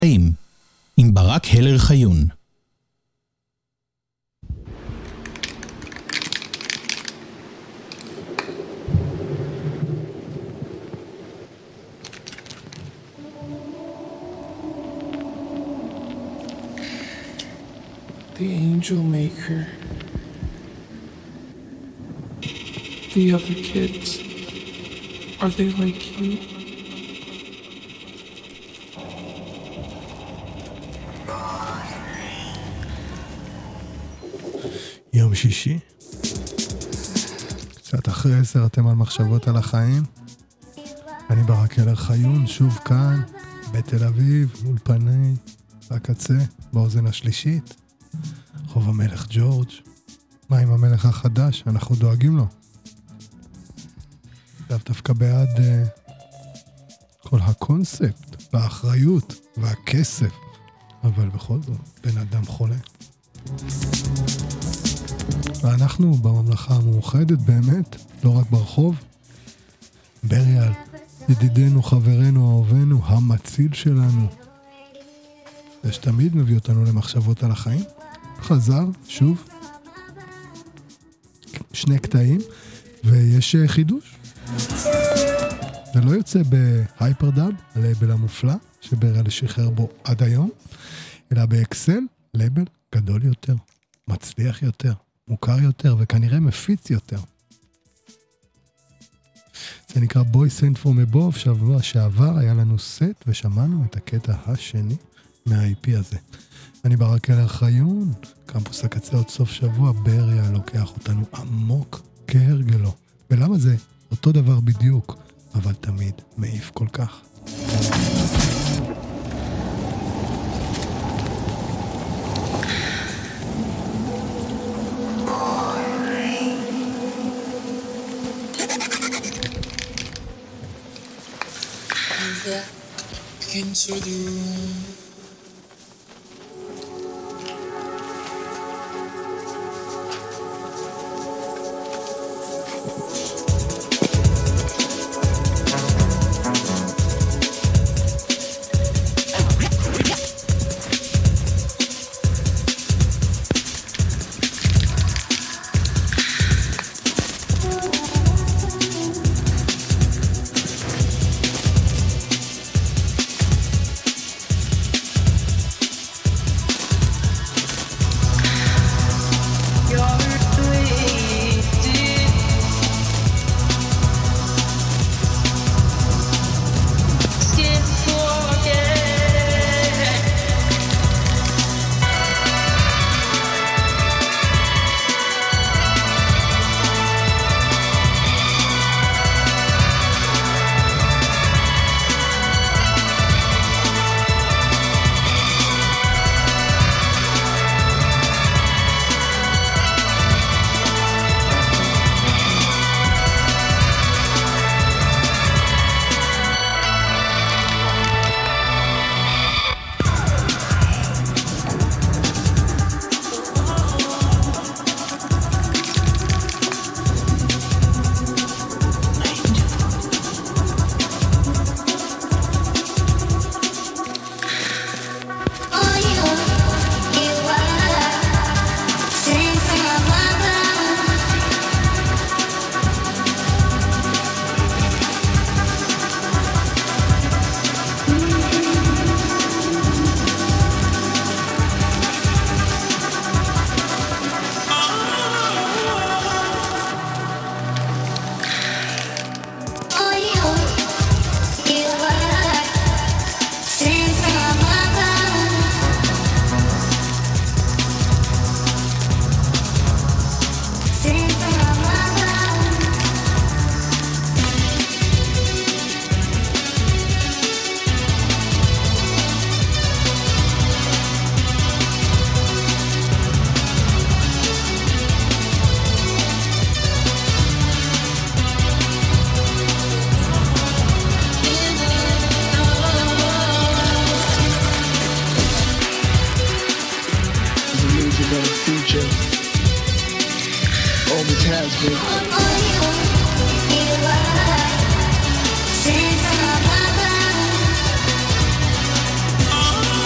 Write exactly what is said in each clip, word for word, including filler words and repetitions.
עם ברק הלר חיון. The angel maker. The other kids. Are they like you? יום שישי. קצת אחרי עשר אתם על מחשבות על החיים. אני ברק הלר חיון, שוב כאן, בתל אביב, אולפני, בקצה, באוזן השלישית. חוב המלך ג'ורג'. מה עם המלך החדש? אנחנו דואגים לו. זה דווקא בעד uh, כל הקונספט והאחריות והכסף. אבל בכל זאת, בן אדם חולה. ואנחנו בממלכה המאוחדת באמת, לא רק ברחוב. בריאל, ידידנו, חברנו, אהובנו, המציל שלנו. זה שתמיד מביא אותנו למחשבות על החיים. חזר, שוב, שני קטעים, ויש חידוש. זה לא יוצא בהייפרדאב, הלייבל המופלא, שבריאל שחרר בו עד היום, אלא באקסל, לייבל גדול יותר, מצליח יותר, מוכר יותר, וכנראה מפיץ יותר. זה נקרא Boy Sent From Above, שבוע שעבר היה לנו סט, ושמענו את הקטע השני מה-איי פי הזה. אני ברק הלר חיון, קמפוס הקצה עוד סוף שבוע, בריאל לוקח אותנו עמוק כהרגלו. ולמה זה? אותו דבר בדיוק, אבל תמיד מעיף כל כך. Into the room. Since I'm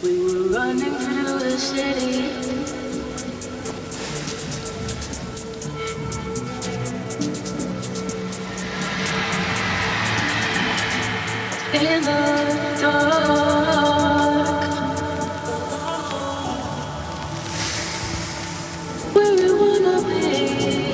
We were running through the city. In the dark, where we wanna be.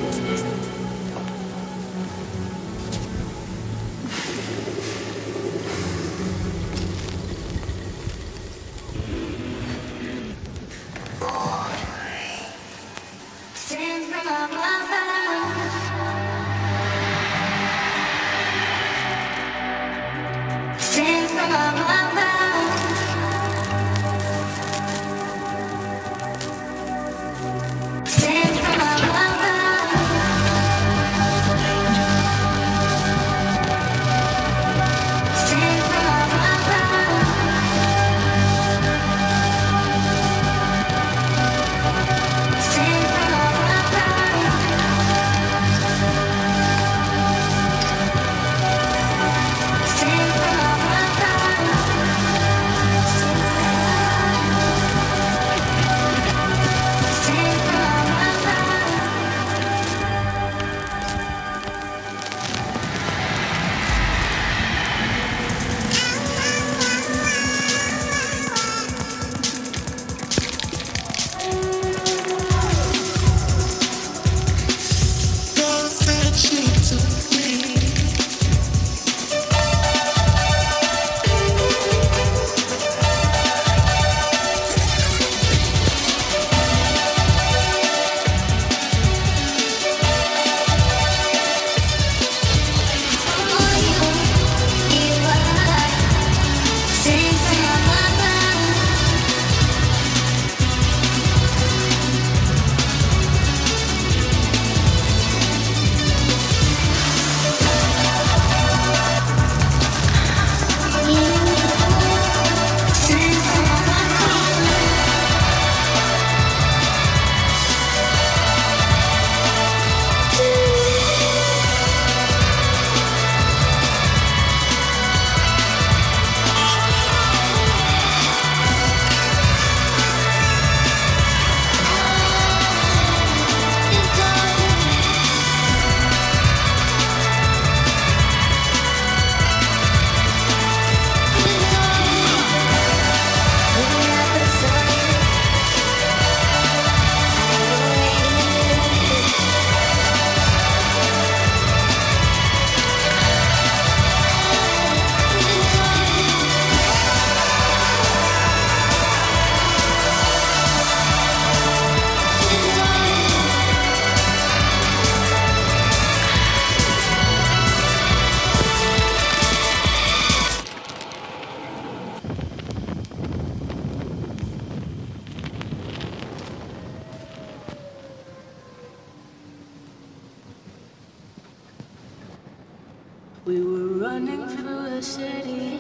We were running through the city.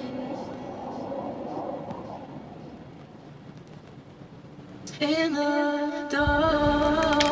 In the dark.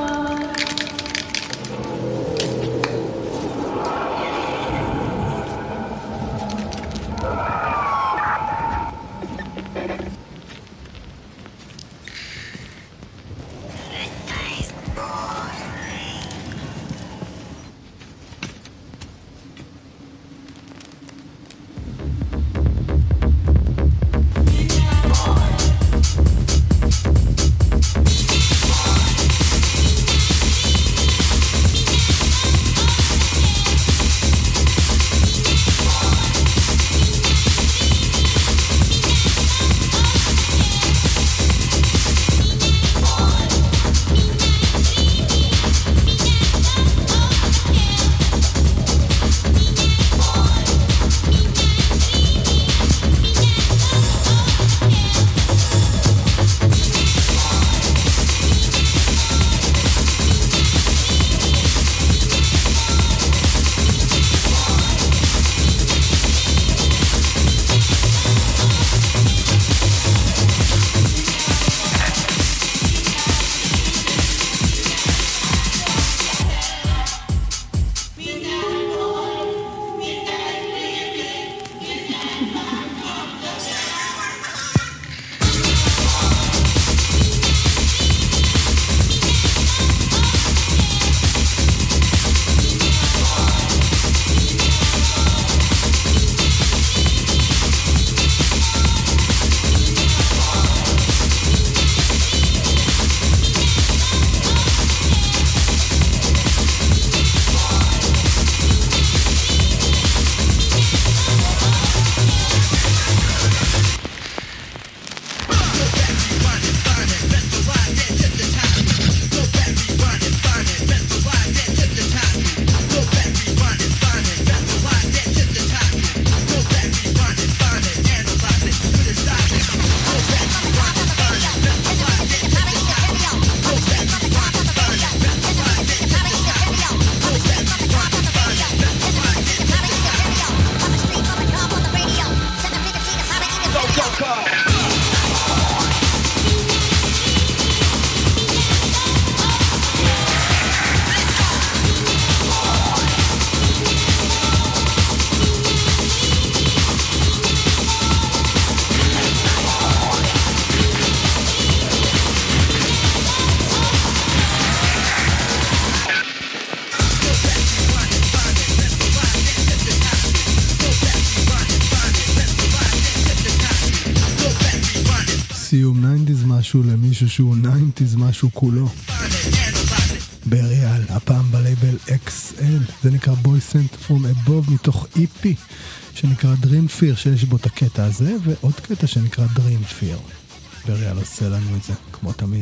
סיום ניינטיז משהו למישהו שהוא ניינטיז משהו כולו. בריאל, הפעם בלייבל אקס אל, זה נקרא Boy Sent From Above מתוך אי פי שנקרא Dream Fear, שיש בו את הקטע הזה ועוד קטע שנקרא Dream Fear. בריאל עושה לנו את זה, כמו תמיד.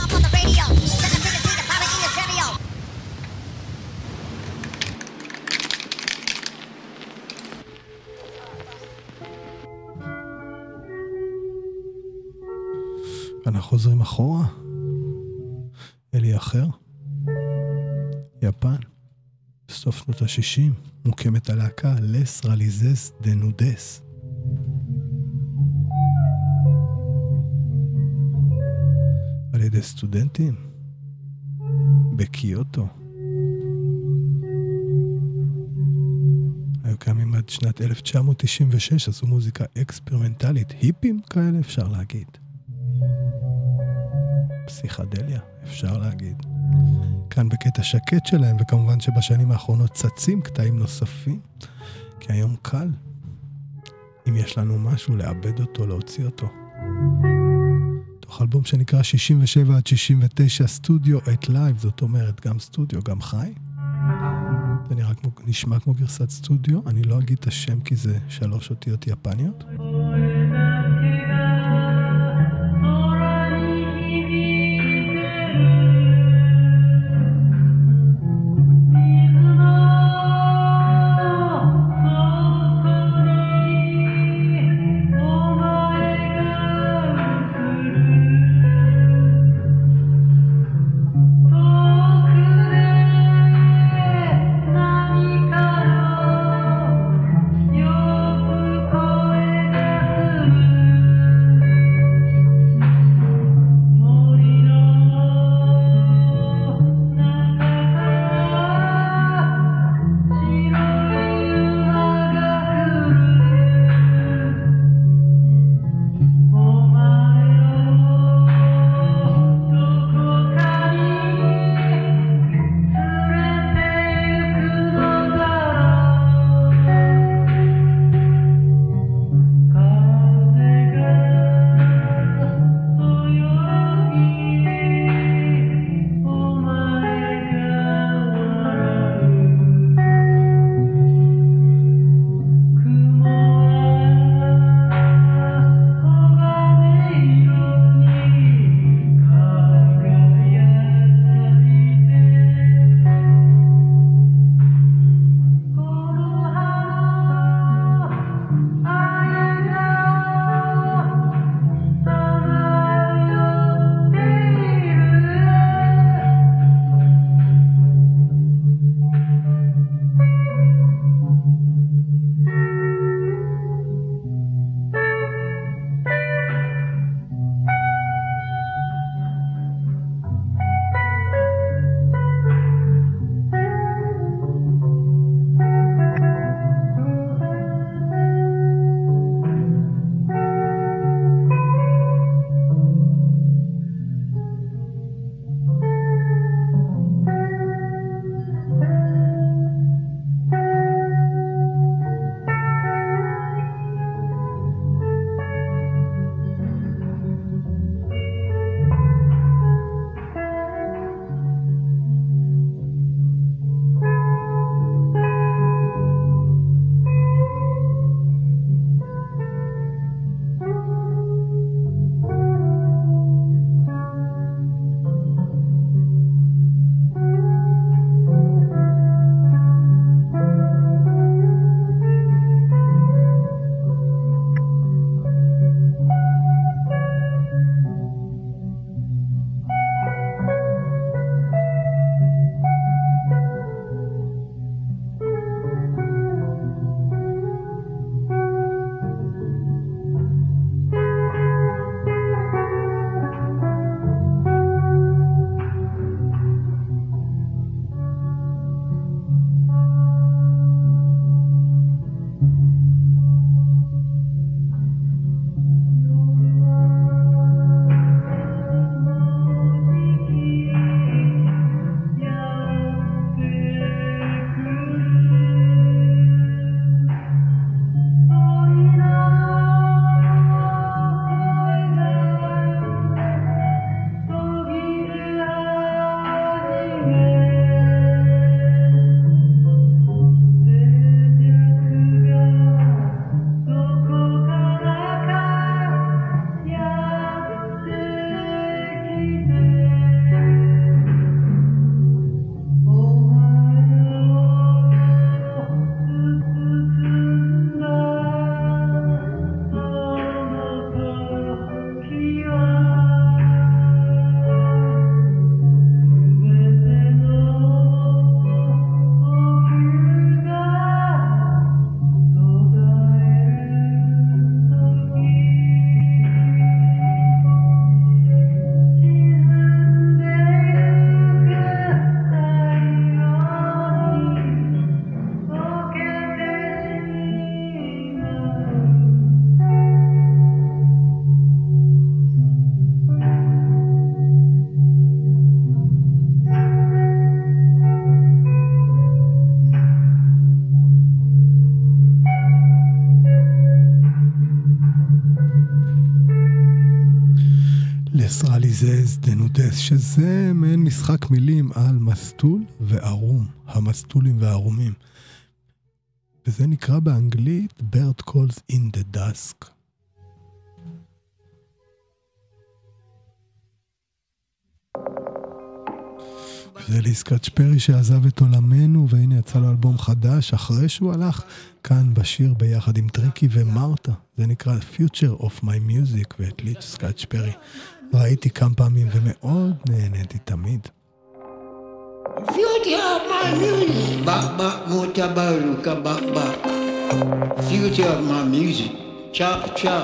אנחנו חוזרים אחורה, אלי אחר, יפן, סוף שנות ה-שישים, מוקמת הלהקה לס רליזס דנודס. על ידי סטודנטים בקיוטו. היו קיימים עד שנת אלף תשע מאות תשעים ושש, עשו מוזיקה אקספרימנטלית, היפים כאלה אפשר להגיד. פסיכדליה, אפשר להגיד. כאן בקטע שקט שלהם, וכמובן שבשנים האחרונות צצים קטעים נוספים, כי היום קל, אם יש לנו משהו, לאבד אותו, להוציא אותו. תוך אלבום שנקרא שישים ושבע עד שישים ותשע סטודיו את לייב, זאת אומרת גם סטודיו, גם חי. זה נראה כמו, נשמע כמו גרסת סטודיו, אני לא אגיד את השם כי זה שלוש אותיות יפניות. Yo לסרליזז דנודס, שזה מעין משחק מילים על מסטול וערום, המסטולים והערומים. וזה נקרא באנגלית Bird Calls in the Dusk. זה ליסקאץ' פרי שעזב את עולמנו, והנה יצא לו אלבום חדש אחרי שהוא הלך כאן בשיר ביחד עם טריקי ומרתה. זה נקרא Future of My Music, ואת ליסקאץ' פרי ראיתי כמה פעמים ומאוד נהניתי תמיד. Future of my music. Back, back, motabaruka, back, back. Future of my music. Chop, chop.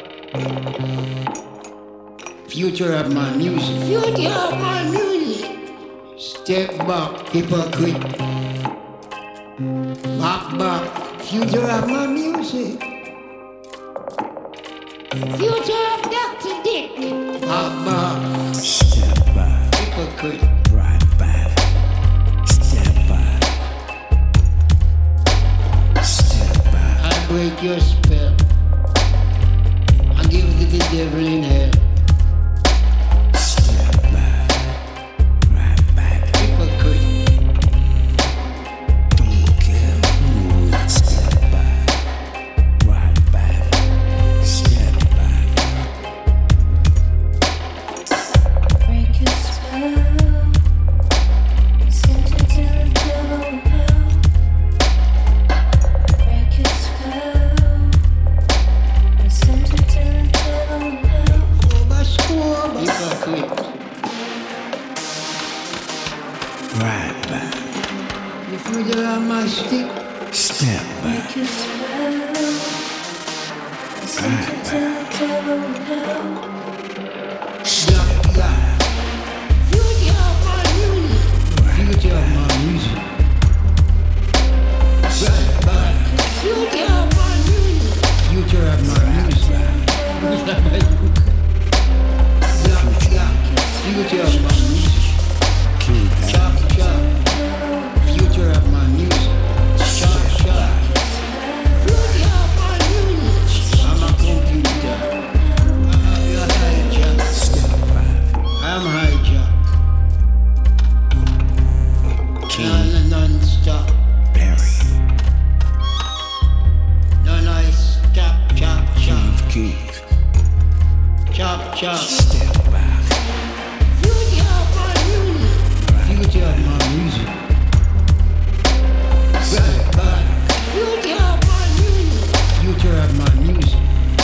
Future of my music. Future of my music. Step back, hypocrite. Back, back. Future of my music. Future of Doctor Dick. Back, back. Step back. Hypocrite. Right back. Step back. Step back. I break your spell. I give it to the devil in hell. Step back. Right back. Hypocrite. Don't care who would step back. Right back. Step back. Break your spell. Send it to the devil hell. Break your spell. Send it to the devil hell. Hypocrite. Right back. The future of my stick. Step back. Break your spell. Send it to the devil hell. Step back. Future of my music. Future of my music. Right back. Future of my music. Future of my music. Future of my music. Chop, chop. Future of my music. Chop, chop. Future of my music. I'm a computer. I'm a hijack. Step back. I'm hijack. Non, non-stop. Barry. Non-ice. Chop, chop, chop. Keith. Chop, chop. Step back. Future of my music. Future of my music. Step back. Future of my music. Future of my music.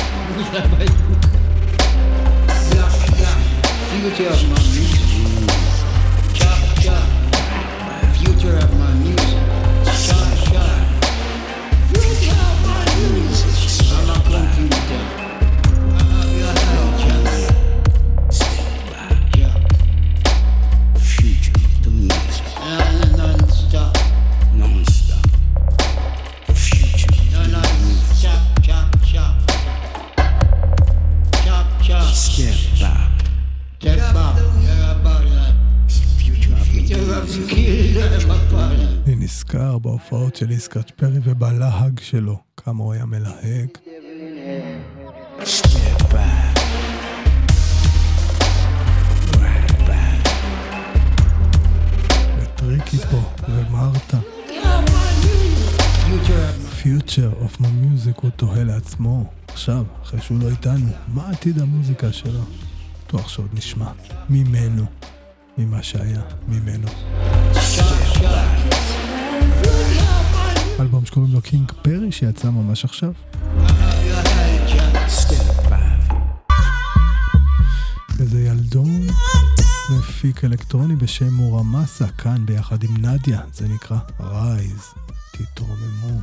Future of my music. Chop, chop. Future of my music. Chop, chop. Future of my music. I'm a computer. I'm a hijack. Step back. Yeah. Future of the music. Non-stop. Non-stop. Future of the music. Chop, chop, chop. Chop, chop. Step back. Step back. Yeah, about that. Future of the music. אני נזכר בהופעות של ליסקאץ' פרי ובלהג שלו, כמה הוא היה מלהג. Step back. Right back. וטריקי פה, ומרתה. Future of my music, הוא תוהה לעצמו. עכשיו, אחרי שהוא לא איתנו, מה עתיד המוזיקה שלו? בטוח שעוד נשמע ממנו, ממה שהיה ממנו. אלבום שקוראים לו קינג פרי שיצא ממש עכשיו. איזה ילדון מפיק אלקטרוני בשם מורמסה כאן ביחד עם נדיה, זה נקרא רייז, תתרוממו.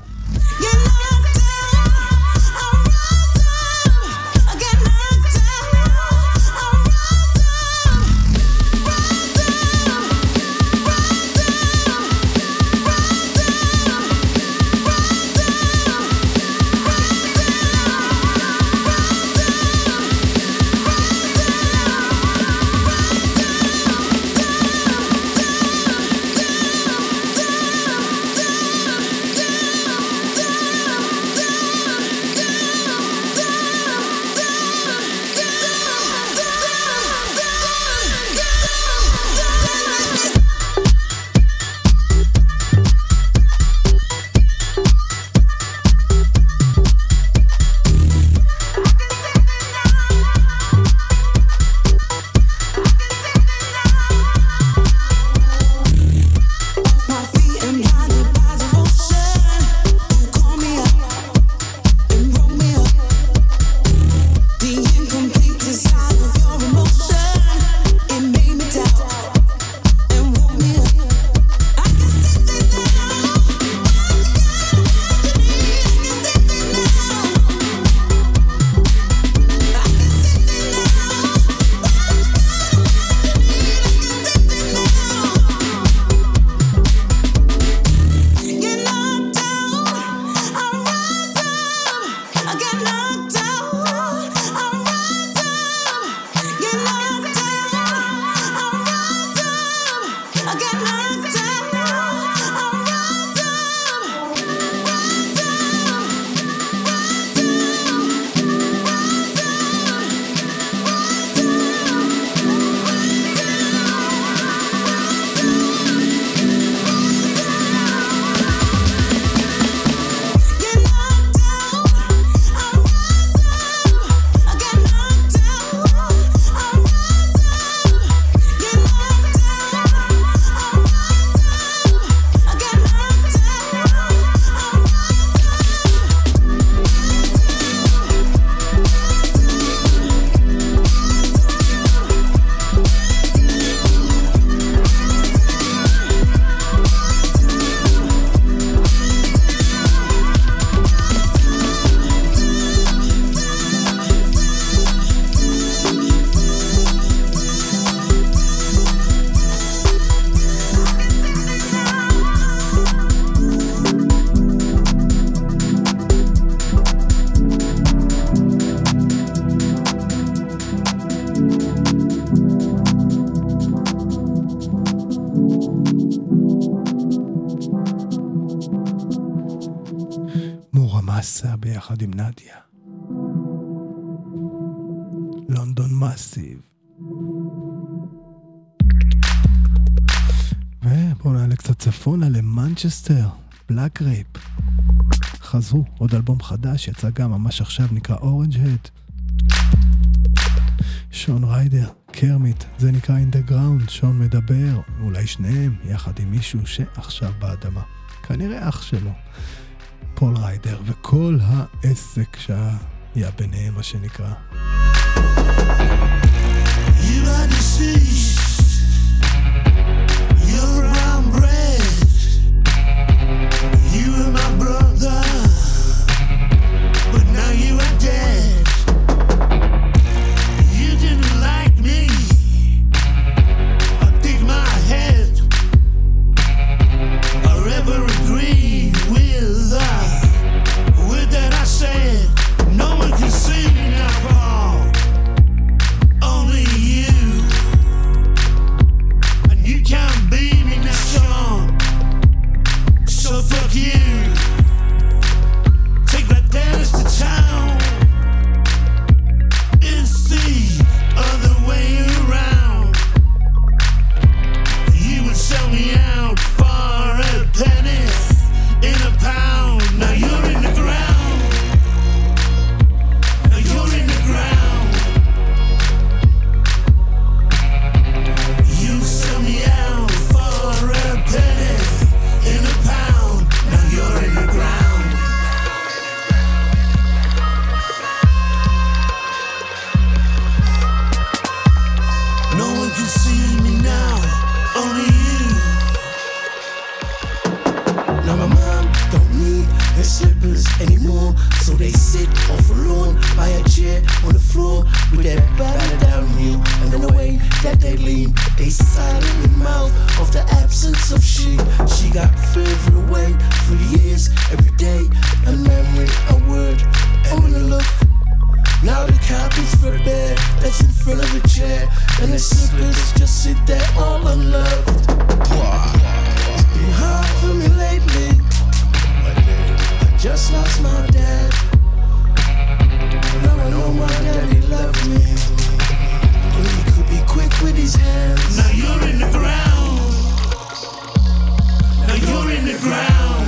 Down. מסה ביחד עם נדיה. לונדון מסיב. ובואו נעלה קצת צפונה למנצ'סטר, בלק רייפ. חזרו, עוד אלבום חדש, יצא גם ממש עכשיו, נקרא אורנג' הד. שון ריידר, קרמיט, זה נקרא In the Ground, שון מדבר, אולי שניהם, יחד עם מישהו שעכשיו באדמה. כנראה אח שלו, פול ריידר, וכל העסק שהיה ביניהם, מה שנקרא. You are deceased. You're brown bread. You were my brother, but now you are dead. You didn't like me. I dig my head. I ever agreed with the word that I said. No one can see me now, Paul. Only you. And you can't beat me now, Sean. So fuck you. Take that dance to town. It's the other way around. You would sell me out for a penny in a pound. Now you're in the ground. Now you're in the ground. You sell me out for a penny in a pound. Now you're in the ground. No one can see me now, only you. Now my mom don't need her slippers anymore, so they sit on forlorn by a chair on the floor with their batter down heel, and in the way that they lean, they silently mouth of the absence of she. She got further away for years, every day, a memory, a word, and a look. Now the copy's for bed that's in front of a chair, and the slippers just sit there all unloved. It's been hard for me lately. I just lost my dad. Now I know my daddy loved me, but he could be quick with his hands. Now you're in the ground. Now you're in the ground.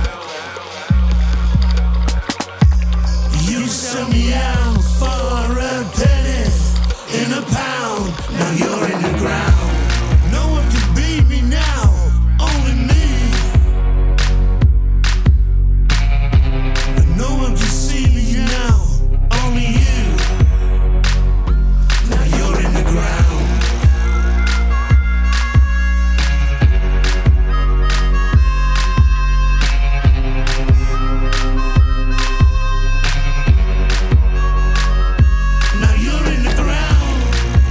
You sell me out for a penny in a pound. Now you're in the ground. No one can beat me now, only me. And no one can see me now, only you. Now you're in the ground. Now you're in the ground.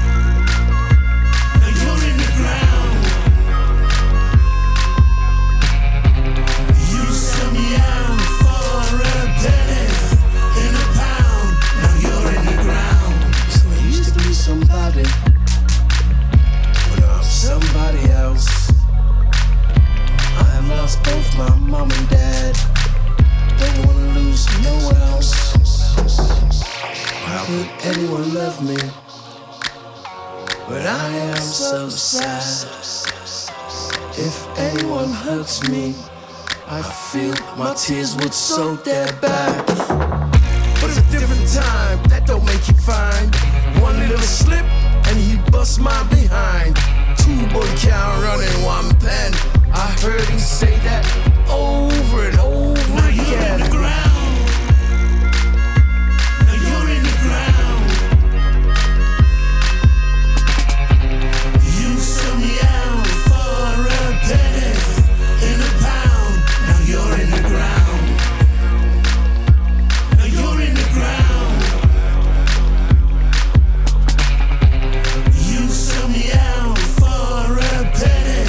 Now you're in the ground. You sell me out for a penny in a pound. Now you're in the ground. So I used to be somebody, but I'm somebody else. I have lost both my mom and dad. Don't wanna lose no one else. How would anyone love me? But I am so sad. If anyone hurts me, I feel my tears would soak their back. But it's a different time, that don't make you fine. One little slip and he bust my behind. Two boy count running one pen. I heard him say that over and over now again. You're in the ground. Now you're in the ground. You sell me out for a penny in a pound. Now you're in the ground. Now you're in the ground. You sell me out for a penny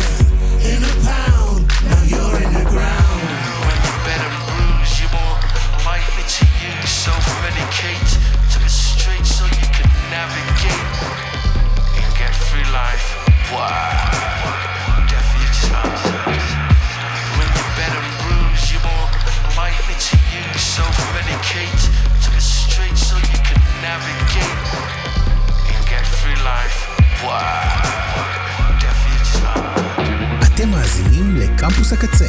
קמפוס הקצה.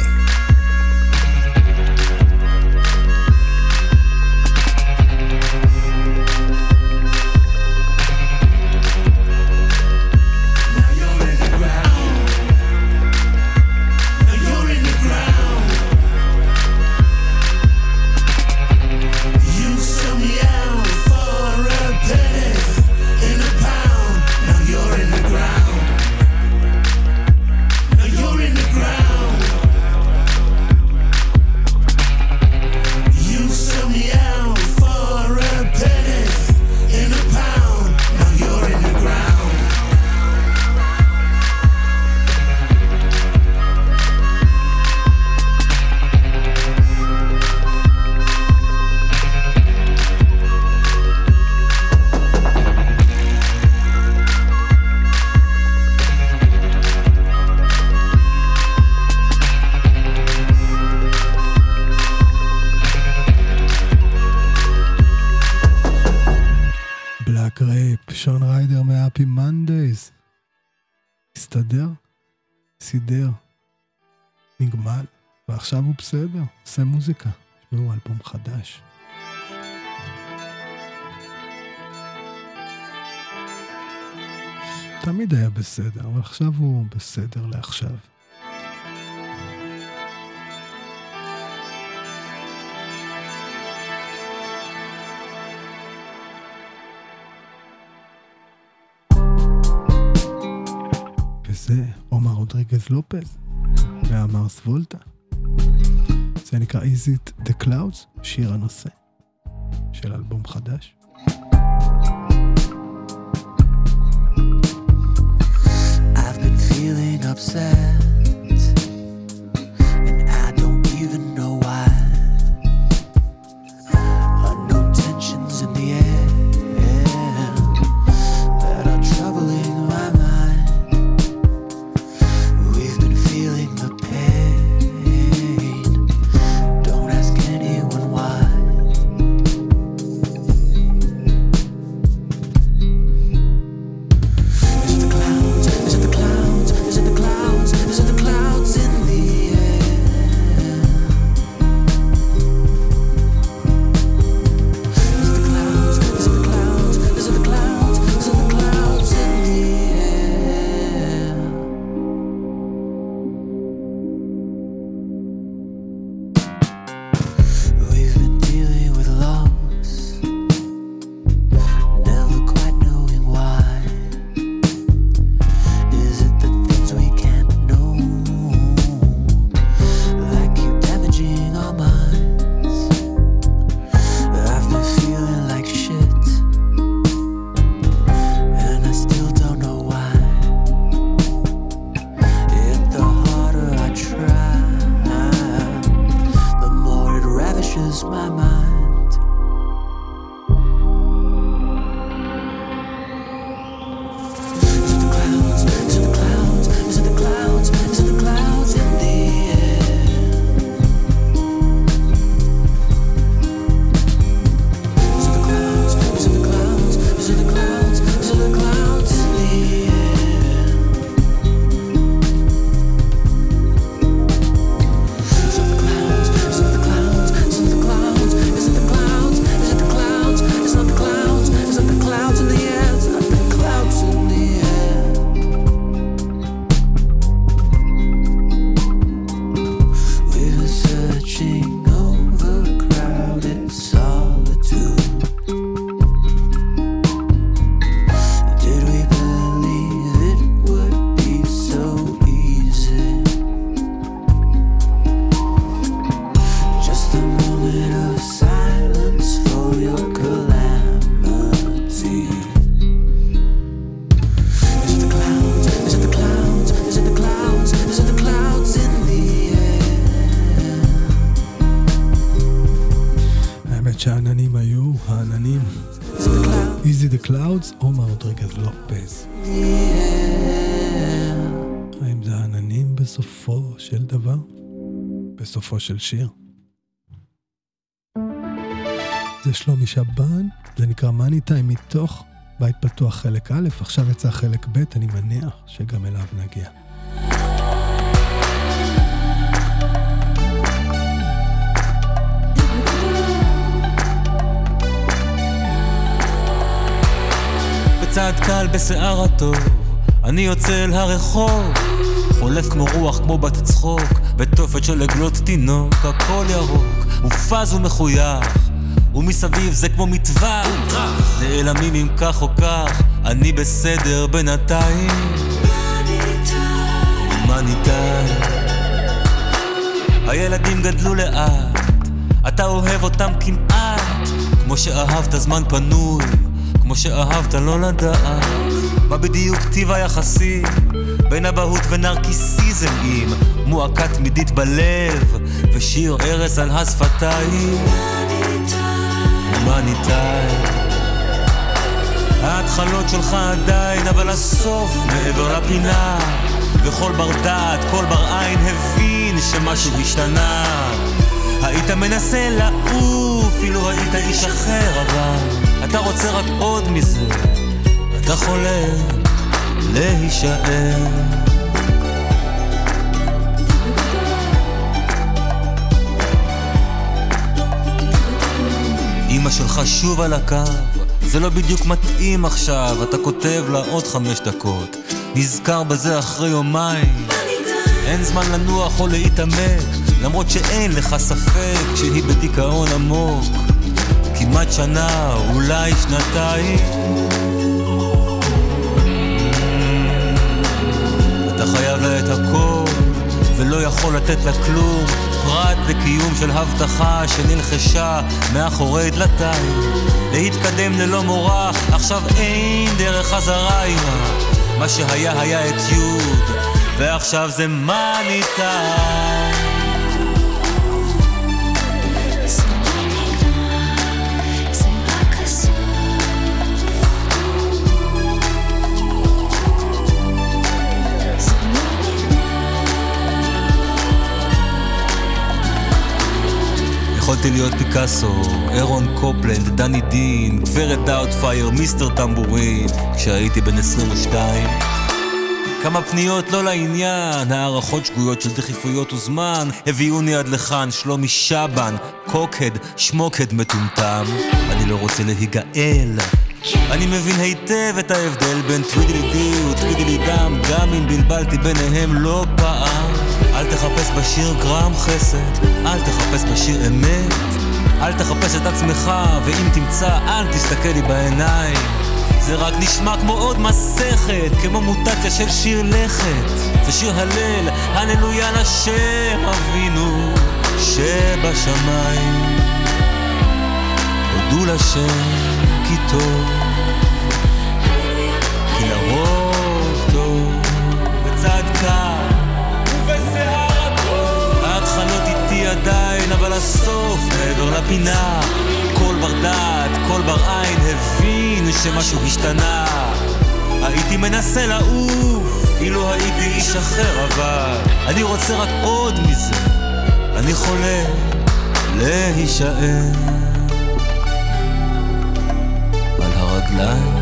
שון ריידר מהאפי מנדייז. הסתדר, סידר, נגמל, ועכשיו הוא בסדר, עושה מוזיקה. שמעו אלבום חדש. תמיד היה בסדר, אבל עכשיו הוא בסדר לעכשיו. וזה עומר רודריגז לופז והמרס וולטה. זה נקרא Is It The Clouds, שיר הנושא של אלבום חדש. I've been feeling upset and I don't even know why. Unknown tensions in the air that are troubling my mind. We've been feeling the pain. Don't ask anyone why. Is it the clouds? Is it the clouds? Is it the clouds? Is it the clouds in the air? Is it the clouds? Is it the clouds? Is it the clouds? Is it the clouds in the air? We've been dealing with loss, never quite knowing why. Is it the things we can't know that keep damaging our minds? I've been feeling like shit, and I still don't know why. Yet the harder I try, the more it ravishes my mind. Is it the clouds? Is it the clouds? Is it the clouds? Is it the clouds in the air? Is it the clouds? Is it the clouds? Is it the clouds? Is it the clouds in the air? Is it the clouds? Is it the clouds? Is it the clouds? Is it the clouds? Is it the clouds? It's not the clouds. Is it the clouds in the air? It's not the clouds in the air. We've been searching over crowded solitude. Did we believe it would be so easy? Just a moment of silence for your calamity. Is it the clouds? Is it the clouds? Is it the clouds? Is it the clouds in the air? האמת שהעננים היו העננים. Is it the clouds Is It The Clouds, עומר רודריגז לופז. in the air? האם זה העננים בסופו של דבר? בסופו של שיר? זה שלומי שבן, זה נקרא מאני טיים מתוך בית פתוח חלק א', עכשיו יצא חלק ב', אני מניח שגם אליו נגיע. בצעד קל בשיער הטוב אני יוצא אל הרחוב, חולף כמו רוח כמו בת צחוק בתופת של עגלות תינוק, הכל ירוק מופז ומחוייך ומסביב זה כמו מטווח נעלמים אם כך או כך אני בסדר בינתיים מה ניתן הילדים גדלו לאט אתה אוהב אותם כמעט כמו שאהבת זמן פנוי כמו שאהבת לא לדעת מה בדיוק טיב היחסים בין הבהות ונרקיסיזם עם מועקה תמידית בלב ושיר ארס על השפתיים מה ניתן ההתחלות שלך עדיין אבל הסוף מעבר לפינה וכל בר דעת כל בר עין הבין שמשהו השתנה היית מנסה לעוף אילו היית איש אחר אבל אתה רוצה רק עוד מזה אתה חולם להישאר אמא שלך שוב על הקו זה לא בדיוק מתאים עכשיו אתה כותב לה עוד חמש דקות נזכר בזה אחרי יומיים אין זמן לנוח או להתעמק למרות שאין לך ספק שהיא בדיכאון עמוק כמעט שנה אולי שנתיים אתה חייב לה את הכל ולא יכול לתת לה כלום פרט לקיום של הבטחה שנלחשה מאחורי דלתיים להתקדם ללא מורא עכשיו אין דרך חזרה אימה מה שהיה היה את יוד ועכשיו זה מה ניתן יכולתי להיות פיקאסו, אירון קופלנד, דני דין, גברת דאוטפייר, מיסטר טמבורין כשהייתי בן עשרים ושתיים כמה פניות לא לעניין, הערכות שגויות של דחיפויות וזמן הביאוני עד לכאן, שלומי שבן, קוקד, שמוקד מטומטם אני לא רוצה להיגאל אני מבין היטב את ההבדל בין טווידלי די וטווידלי דם גם אם בלבלתי ביניהם לא פעם אל תחפש בשיר גרם חסד אל תחפש בשיר אמת אל תחפש את עצמך ואם תמצא אל תסתכל לי בעיניים זה רק נשמע כמו עוד מסכת כמו מוטציה של שיר לכת זה שיר הלל, הללויה לשם אבינו שבשמיים הודו לשם כי טוב כי לרוב טוב בצד קל ובשיער הטוב ההתחלות איתי עדיין אבל הסוף מעבר לפינה כל בר דעת, כל בר עין הבין שמשהו השתנה הייתי מנסה לעוף אילו הייתי איש אחר אבל אני רוצה רק עוד מזה אני חולם להישאר על הרגליים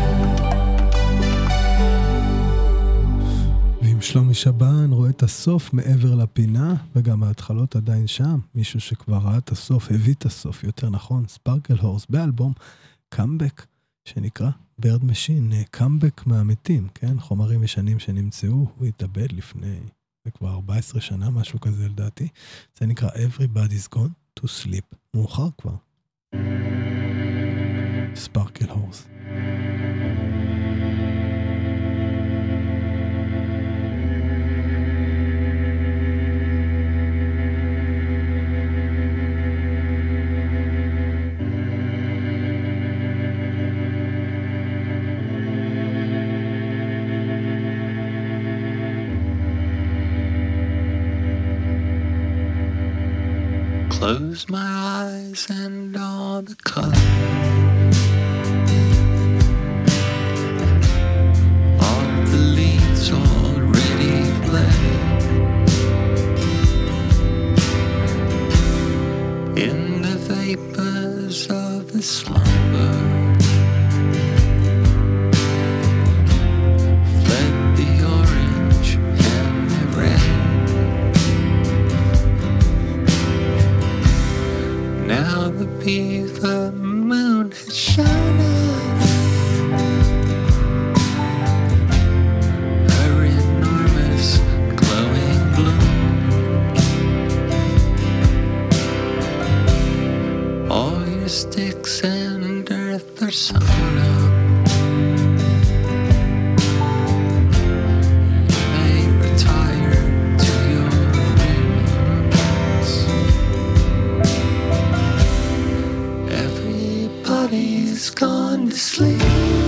ועם שלומי שבן רואה את הסוף מעבר לפינה וגם ההתחלות עדיין שם מישהו שכבר ראה את הסוף הביא את הסוף יותר נכון ספרקל הורס באלבום קאמבק שנקרא ברד משין קאמבק מהמתים כן חומרים ישנים שנמצאו הוא התאבד לפני זה כבר ארבע עשרה שנה משהו כזה לדעתי זה נקרא Everybody's Gone to Sleep מאוחר כבר ספרקל הורס Close my eyes and all the color of the leaves already bled in the vapors of the slumber fled the orange and the red now the beaver moon has shone up sleep.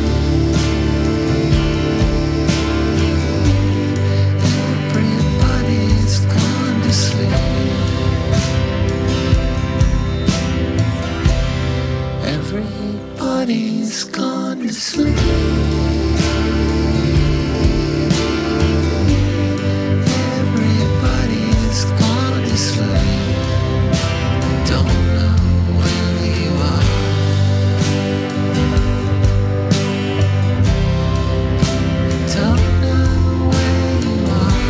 Everybody's gone to sleep. Everybody's gone to sleep. Everybody's gone to sleep. Don't know where you are. Don't know where you are.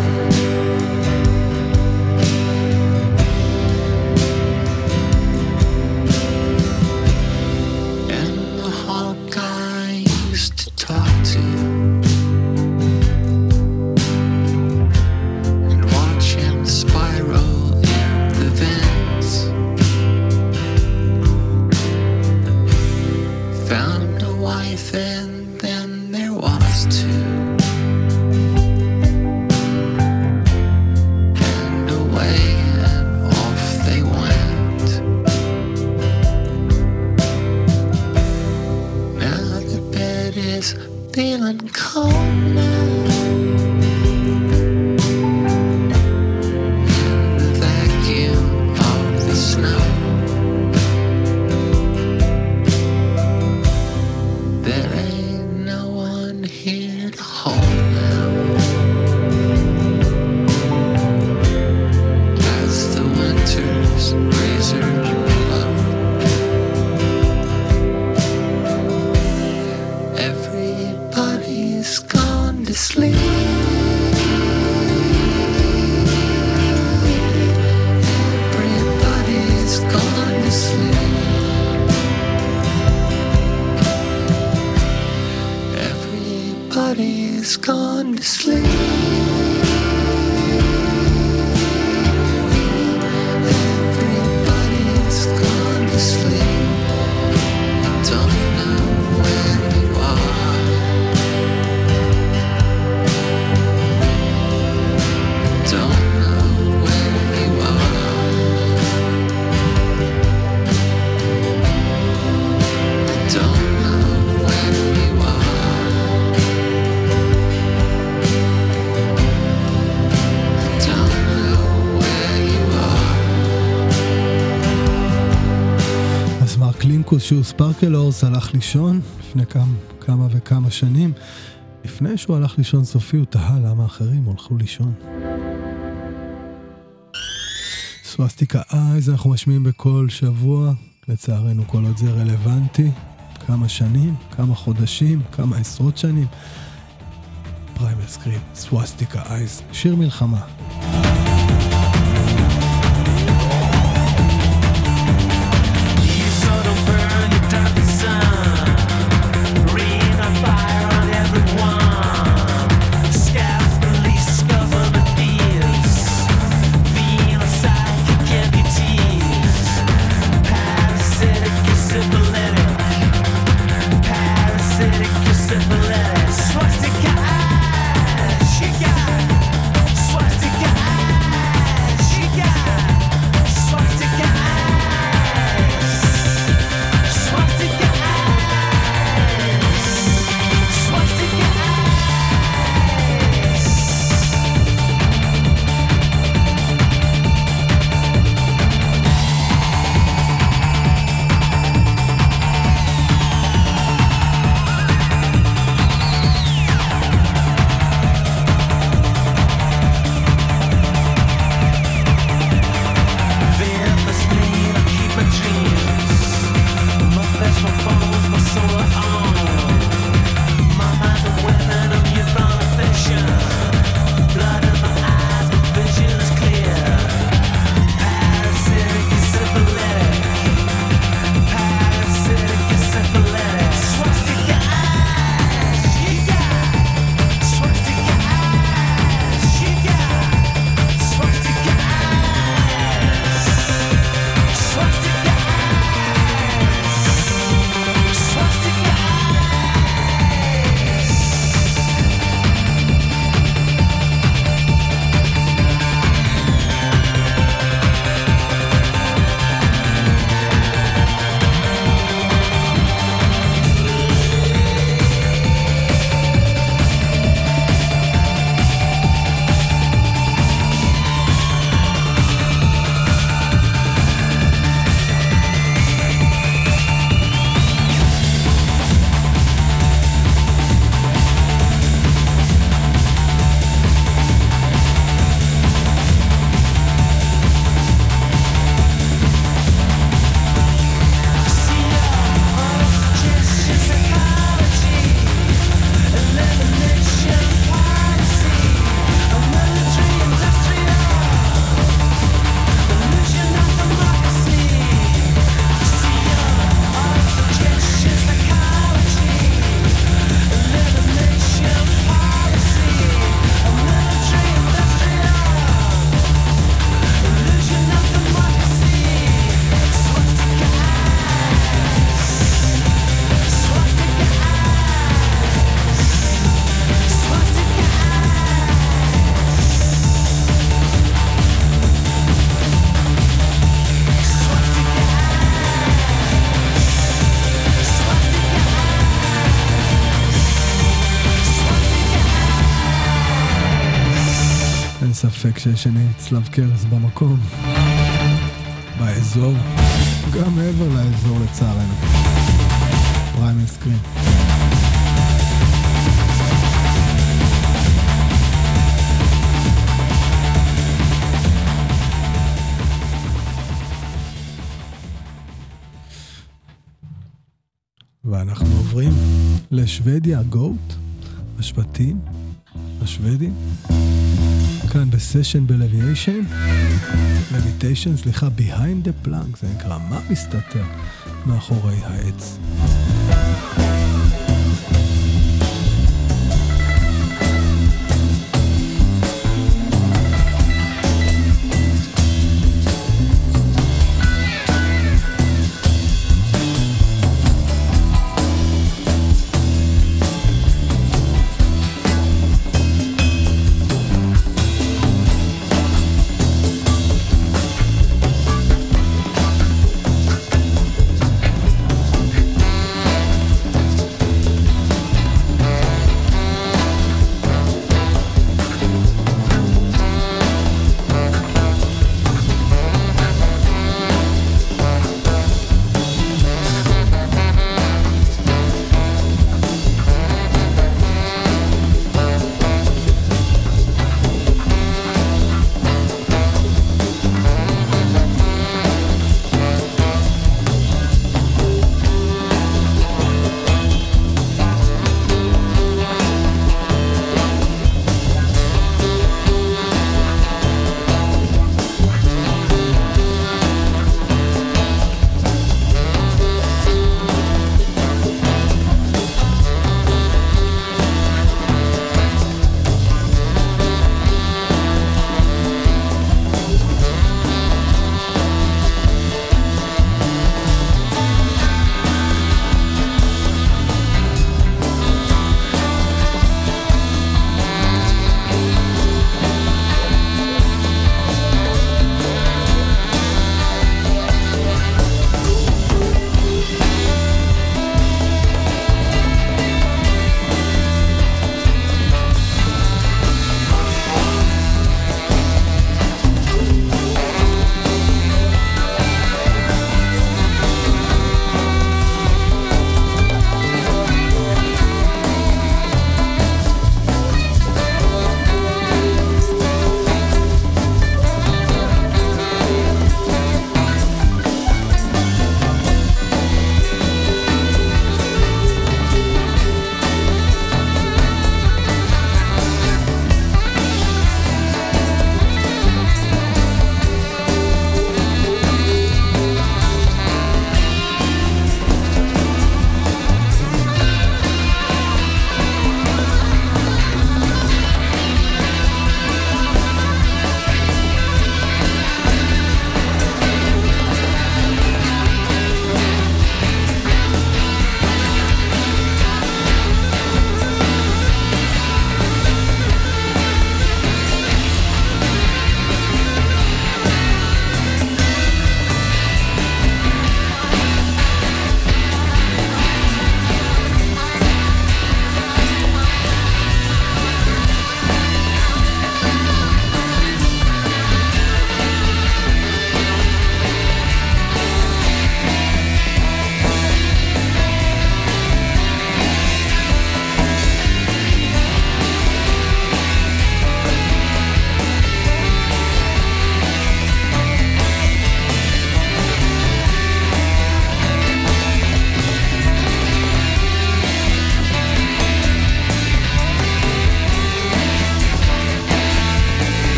And the hawk I used to talk to and watch him spiral in the vents, found a wife and then there was two, and away and off they went. Now the bed is feeling cold now, in the vacuum of the snow. There ain't no one here to hold now, as the winter's razor blow. Everybody's gone to sleep. Everybody's gone to sleep. Everybody's gone to sleep. Everybody's gone to sleep. Don't know where you are. Don't know where you are. Don't know where you are. Don't know where you are. אז מרק לינקוס שהוא ספרקלורס הלך לישון לפני כמה, כמה וכמה שנים. לפני שהוא הלך לישון סופי הוא תהה למה אחרים הולכו לישון. סוואסטיקה אייז אנחנו משמיעים בכל שבוע, לצערנו כל עוד זה רלוונטי, כמה שנים, כמה חודשים, כמה עשרות שנים. פריימר סקרים, סוואסטיקה אייז, שיר מלחמה. Swastika eyes, she got swastika eyes. ספק שישני צלב קרס במקום, באזור, גם מעבר לאזור לצערנו. פריימל סקרין. ואנחנו עוברים לשוודיה, גוט, השבטים, השוודים, כאן בסשן בלוויישן, לויטיישן, סליחה, behind the plank, זה נקרא, מה מסתתר מאחורי העץ.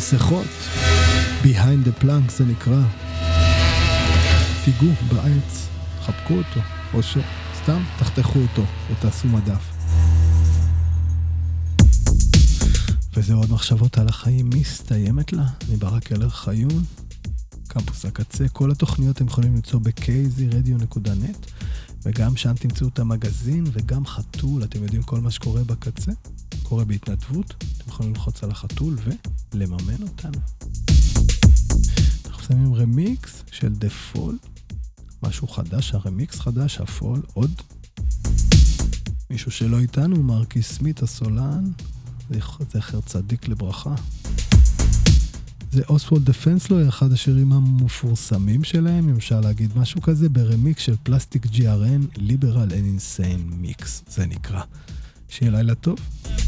מסכות. Behind the plank זה נקרא. תיגעו בעץ, חבקו אותו, או שסתם תחתכו אותו ותעשו מדף. וזה עוד מחשבות על החיים מסתיימת לה. אני ברק אלר חיון, קמפוס הקצה. כל התוכניות הם יכולים למצוא ב-קי זי רדיו נקודה נט, וגם שם תמצאו את המגזין וגם חתול. אתם יודעים כל מה שקורה בקצה? קורה בהתנדבות. אתם יכולים ללחוץ על החתול ולממן אותנו. אנחנו שמים רמיקס של The Fall, משהו חדש, הרמיקס חדש, הפול, עוד. מישהו שלא איתנו, מרקי סמית הסולן, זכר צדיק לברכה. זה אוסוולד דפנסלו, אחד השירים המפורסמים שלהם, אם אפשר להגיד משהו כזה, ברמיקס של פלסטיק ג'י אר אן, ליברל אנד אינסיין מיקס, זה נקרא. שיהיה לילה טוב.